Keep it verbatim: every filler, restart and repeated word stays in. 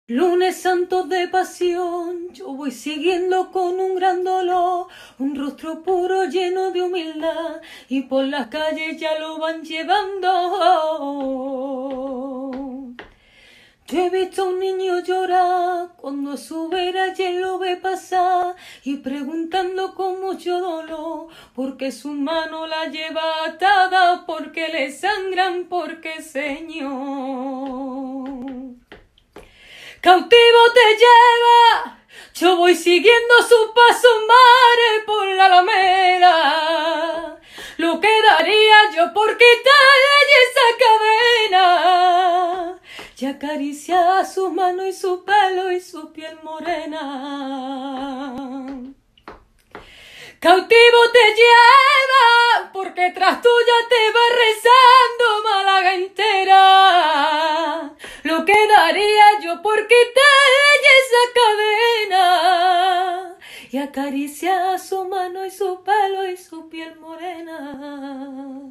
Lunes santo de pasión, yo voy siguiendo con un gran dolor, un rostro puro lleno de humildad, y por las calles ya lo van llevando. Yo he visto a un niño llorar cuando a su vera ayer lo ve pasar, y preguntando con mucho dolor, porque su mano la lleva atada, porque le sangran, porque Señor. Cautivo te lleva, yo voy siguiendo sus pasos, mares por la alameda. Lo que daría yo por quitarle esa cadena y acariciar su mano y su pelo y su piel morena. Cautivo te lleva, porque tras tuya te va rezando Málaga entera. Lo que daría yo por quitarle esa cadena y acariciar su mano y su pelo y su piel morena.